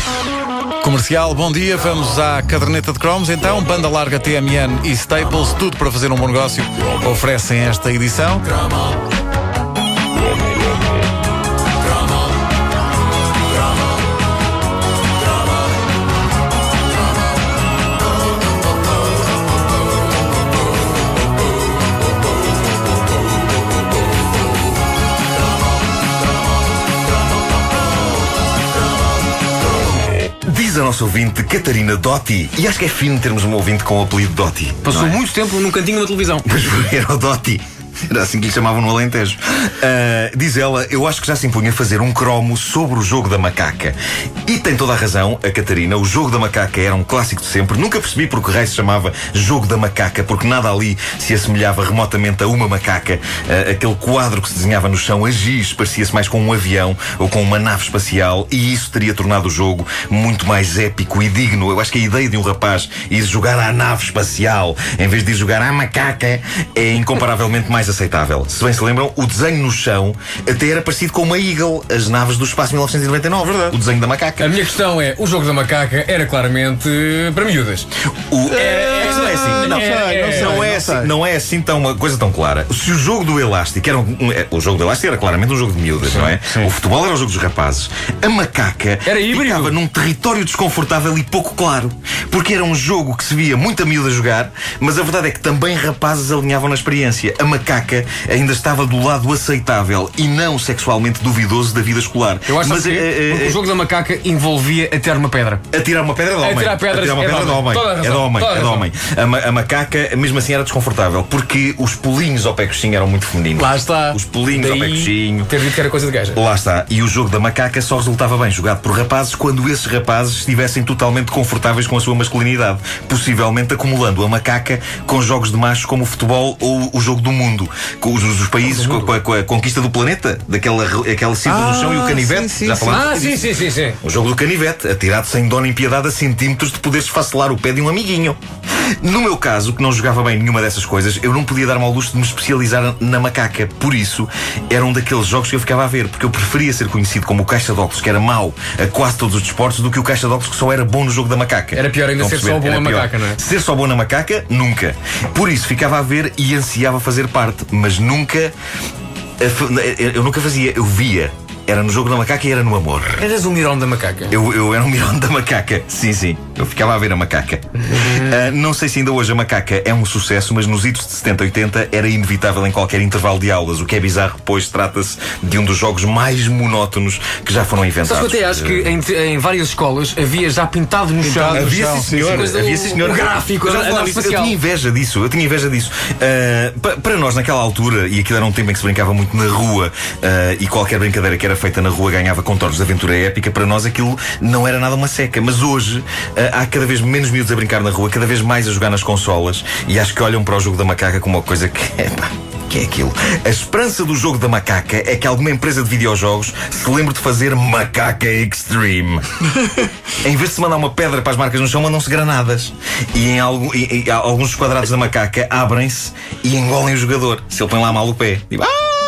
Comercial, bom dia, vamos à caderneta de cromos. Então, banda larga TMN e Staples, tudo para fazer um bom negócio, oferecem esta edição. Diz a nossa ouvinte Catarina Dotti, e acho que é fino termos uma ouvinte com o apelido Dotti. Passou muito tempo num cantinho da televisão. Mas era o Dotti. Era assim que lhe chamavam no Alentejo. Diz ela, eu acho que já se impunha fazer um cromo sobre o jogo da macaca. E tem toda a razão, a Catarina. O jogo da macaca era um clássico de sempre. Nunca percebi porque o raio se chamava jogo da macaca, porque nada ali se assemelhava remotamente a uma macaca. Aquele quadro que se desenhava no chão, a giz, parecia-se mais com um avião ou com uma nave espacial, e isso teria tornado o jogo muito mais épico e digno. Eu acho que a ideia de um rapaz ir jogar à nave espacial em vez de ir jogar à macaca é incomparavelmente mais aceitável. Se bem se lembram, o desenho no chão até era parecido com uma Eagle, as naves do espaço 1999, verdade? O desenho da macaca. A minha questão é, o jogo da macaca era claramente para miúdas. Não é assim tão uma coisa tão clara. Se o jogo do elástico era o jogo do elástico era claramente um jogo de miúdas, não é? Sim. O futebol era o jogo dos rapazes. A macaca era híbrido. Ficava num território desconfortável e pouco claro, porque era um jogo que se via muita miúda jogar, mas a verdade é que também rapazes alinhavam na experiência. A macaca ainda estava do lado aceitável e não sexualmente duvidoso da vida escolar. Eu acho que o jogo da macaca envolvia atirar uma pedra. Atirar uma pedra de homem. Atirar uma pedra de homem. É de homem. A macaca, mesmo assim, era desconfortável, porque os pulinhos ao pé coxinho eram muito femininos. Lá está. Os pulinhos ao pé coxinho. Ter dito que era coisa de gaja. Lá está. E o jogo da macaca só resultava bem jogado por rapazes quando esses rapazes estivessem totalmente confortáveis com a sua masculinidade, possivelmente acumulando a macaca com jogos de machos como o futebol ou o jogo do mundo. Com os países com a conquista do planeta, aquela círculo no chão e o canivete. Sim. Já falamos? Sim. O jogo do canivete, atirado sem dó nem piedade a centímetros de poderes esfacelar o pé de um amiguinho. No meu caso, que não jogava bem nenhuma dessas coisas, eu não podia dar-me ao luxo de me especializar na macaca. Por isso, era um daqueles jogos que eu ficava a ver, porque eu preferia ser conhecido como o caixa de óculos, que era mau a quase todos os desportos, do que o caixa de óculos que só era bom no jogo da macaca. Era pior ainda ser só bom na macaca, não é? Ser só bom na macaca, nunca. Por isso, ficava a ver e ansiava fazer parte, mas nunca... Eu nunca fazia, eu via. Era no jogo da macaca e era no amor. Eras um mirão da macaca? Eu era um mirão da macaca. Sim. Eu ficava a ver a macaca. Não sei se ainda hoje a macaca é um sucesso, mas nos idos de 70, 80 era inevitável em qualquer intervalo de aulas. O que é bizarro, pois trata-se de um dos jogos mais monótonos que já foram inventados. Mas eu até acho que em várias escolas havia já pintado no chão. Havia sim, senhor. O gráfico, eu tinha inveja disso. Para nós, naquela altura, e aquilo era um tempo em que se brincava muito na rua, e qualquer brincadeira que era feita na rua ganhava contornos de aventura épica, para nós aquilo não era nada uma seca. Mas hoje há cada vez menos miúdos a brincar na rua, cada vez mais a jogar nas consolas, e acho que olham para o jogo da macaca como uma coisa que é aquilo. A esperança do jogo da macaca é que alguma empresa de videojogos se lembre de fazer Macaca Extreme. Em vez de se mandar uma pedra para as marcas no chão, mandam-se granadas. E alguns dos quadrados da macaca abrem-se e engolem o jogador. Se ele põe lá mal o pé, tipo,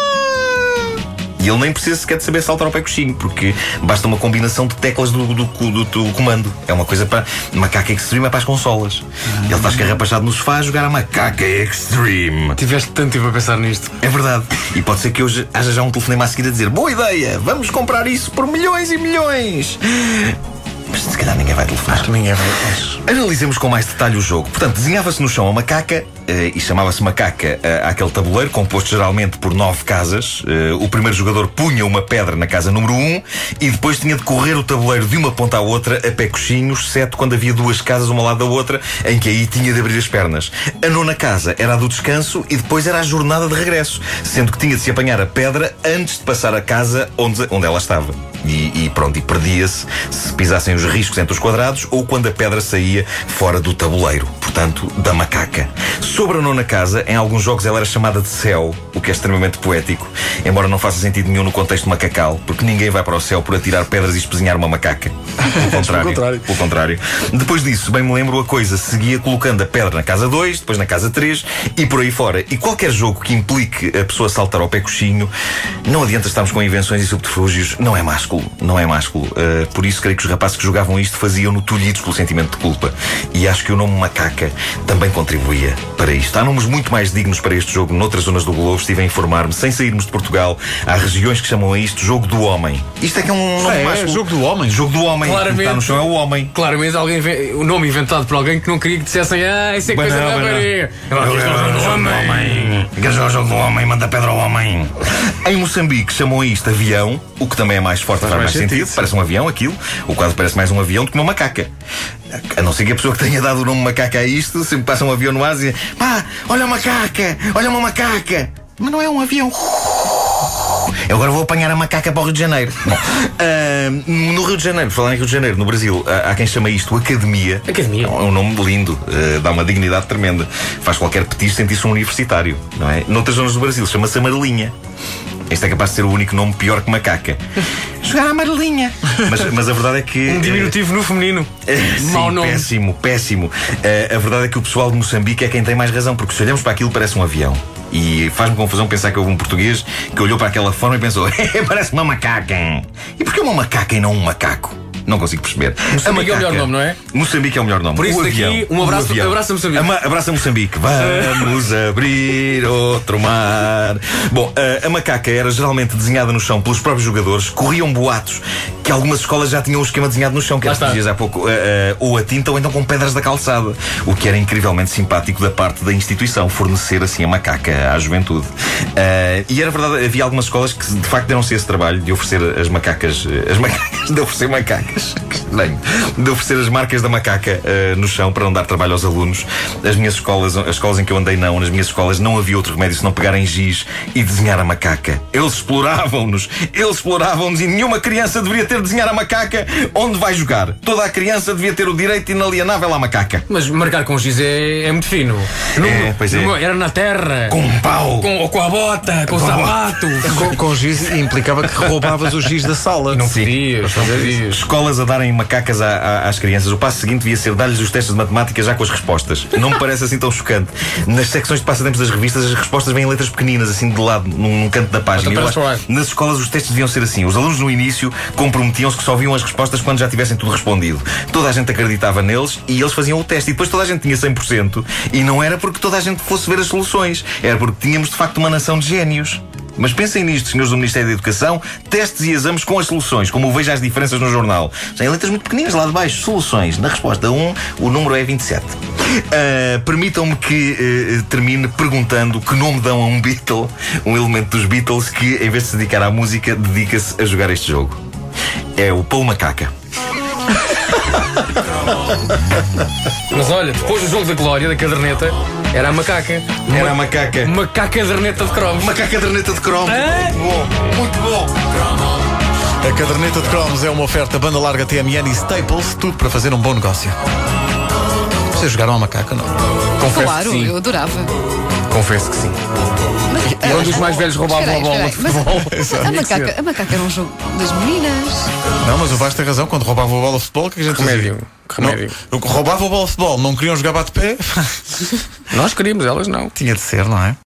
e ele nem precisa sequer de saber saltar ao pé coxinho, porque basta uma combinação de teclas do comando. É uma coisa para... Macaca Extreme é para as consolas. Ele está escarrapachado no sofá a jogar a Macaca Extreme. Tiveste tanto tempo a pensar nisto. É verdade. E pode ser que hoje haja já um telefonema a seguir a dizer: boa ideia, vamos comprar isso por milhões e milhões. Mas se calhar ninguém vai telefonar. Ninguém vai. Analisemos com mais detalhe o jogo. Portanto, desenhava-se no chão a macaca, e chamava-se macaca aquele tabuleiro, composto geralmente por 9 casas. O primeiro jogador punha uma pedra na casa número 1 e depois tinha de correr o tabuleiro de uma ponta à outra a pé coxinhos, exceto quando havia 2 casas uma ao lado da outra, em que aí tinha de abrir as pernas. A 9ª casa era a do descanso e depois era a jornada de regresso, sendo que tinha de se apanhar a pedra antes de passar a casa onde ela estava. E pronto, e perdia-se se pisassem os riscos entre os quadrados ou quando a pedra saía fora do tabuleiro, portanto, da macaca. Sobre a 9ª casa, em alguns jogos ela era chamada de céu, o que é extremamente poético, embora não faça sentido nenhum no contexto macacal, porque ninguém vai para o céu por atirar pedras e espezinhar uma macaca. Pelo contrário. Depois disso, bem me lembro, a coisa seguia colocando a pedra na casa 2, depois na casa 3 e por aí fora. E qualquer jogo que implique a pessoa saltar ao pé coxinho, não adianta estarmos com invenções e subterfúgios, não é másculo. másculo, não é másculo. Por isso creio que os rapazes que jogavam isto faziam-no tolhidos pelo sentimento de culpa. E acho que o nome macaca também contribuía para isto. Há nomes muito mais dignos para este jogo noutras zonas do globo. Estive a informar-me, sem sairmos de Portugal, há regiões que chamam a isto jogo do homem. Isto é que é um nome másculo. Jogo do homem. Jogo do homem. Claramente. O que está no chão é o homem. Claramente o nome inventado por alguém que não queria que dissessem isso é coisa da rapariga. Jogo do homem, manda pedra ao homem. Em Moçambique chamam a isto avião, o que também é mais forte, faz mais sentido. Parece um avião aquilo. O quadro parece mais um avião do que uma macaca. A não ser que a pessoa que tenha dado o nome macaca a isto, sempre passa um avião no ar e diz: pá, olha a macaca, olha uma macaca. Mas não é um avião. Eu agora vou apanhar a macaca para o Rio de Janeiro. Bom, no Rio de Janeiro, falar em Rio de Janeiro, no Brasil, há quem chama isto Academia. Academia. É um nome lindo, dá uma dignidade tremenda. Faz qualquer petis sentir-se um universitário, não é? Noutras zonas do Brasil chama-se Amarelinha. Este é capaz de ser o único nome pior que macaca. Jogar a amarelinha. Mas a verdade é que... Um diminutivo no feminino. Mau nome. Péssimo, péssimo. A verdade é que o pessoal de Moçambique é quem tem mais razão, porque se olhamos para aquilo parece um avião. E faz-me confusão pensar que houve um português que olhou para aquela forma e pensou: parece uma macaca. E porquê uma macaca e não um macaco? Não consigo perceber. Moçambique é o melhor nome, não é? Moçambique é o melhor nome. Por isso daqui, um abraço a Moçambique. Abraço a Moçambique. Vamos abrir outro mar. Bom, a macaca era geralmente desenhada no chão pelos próprios jogadores. Corriam boatos que algumas escolas já tinham o esquema desenhado no chão, que era dias há pouco, ou a tinta ou então com pedras da calçada. O que era incrivelmente simpático da parte da instituição, fornecer assim a macaca à juventude. E era verdade, havia algumas escolas que de facto deram-se esse trabalho de oferecer as macacas, de oferecer macacas. De oferecer as marcas da macaca no chão para não dar trabalho aos alunos. As escolas em que eu andei nas minhas escolas não havia outro remédio senão pegar em giz e desenhar a macaca. Eles exploravam-nos e nenhuma criança deveria ter de desenhar a macaca onde vai jogar. Toda a criança devia ter o direito inalienável à macaca. Mas marcar com giz é muito fino. Pois é. Era na terra. Com um pau. Com a bota, com o sapato. Com giz implicava que roubavas o giz da sala. Não podias fazer isso. Escolas a darem macacas às crianças. O passo seguinte devia ser dar-lhes os testes de matemática já com as respostas. Não me parece assim tão chocante. Nas secções de passatempos das revistas, as respostas vêm em letras pequeninas, assim de lado, num canto da página. Nas escolas os testes deviam ser assim. Os alunos no início comprometiam-se que só viam as respostas quando já tivessem tudo respondido. Toda a gente acreditava neles e eles faziam o teste. E depois toda a gente tinha 100%. E não era porque toda a gente fosse ver as soluções. Era porque tínhamos de facto uma nação de génios. Mas pensem nisto, senhores do Ministério da Educação: testes e exames com as soluções, como veja as diferenças no jornal. Em letras muito pequeninas lá de baixo, soluções. Na resposta 1, o número é 27. Permitam-me que termine perguntando que nome dão a um Beatle, um elemento dos Beatles que, em vez de se dedicar à música, dedica-se a jogar este jogo. É o Paul Macaca. Mas olha, depois do jogo da glória, da caderneta, era a macaca. Era a macaca. Macaca caderneta de cromos. Macaca caderneta de cromos. Muito bom, muito bom. A caderneta de cromos é uma oferta banda larga TMN e Staples, tudo para fazer um bom negócio. Vocês jogaram a macaca, não? Confesso Claro, que sim. eu adorava. Confesso que sim. Quando os mais velhos roubavam a bola de futebol. A macaca era um jogo das meninas. Não, mas o Vasco tem razão. Quando roubava a bola de futebol, o que a gente Remédio. fazia? Remédio. Não, roubava a bola de futebol, não queriam jogar bate-pé? Nós queríamos, elas não. Tinha de ser, não é?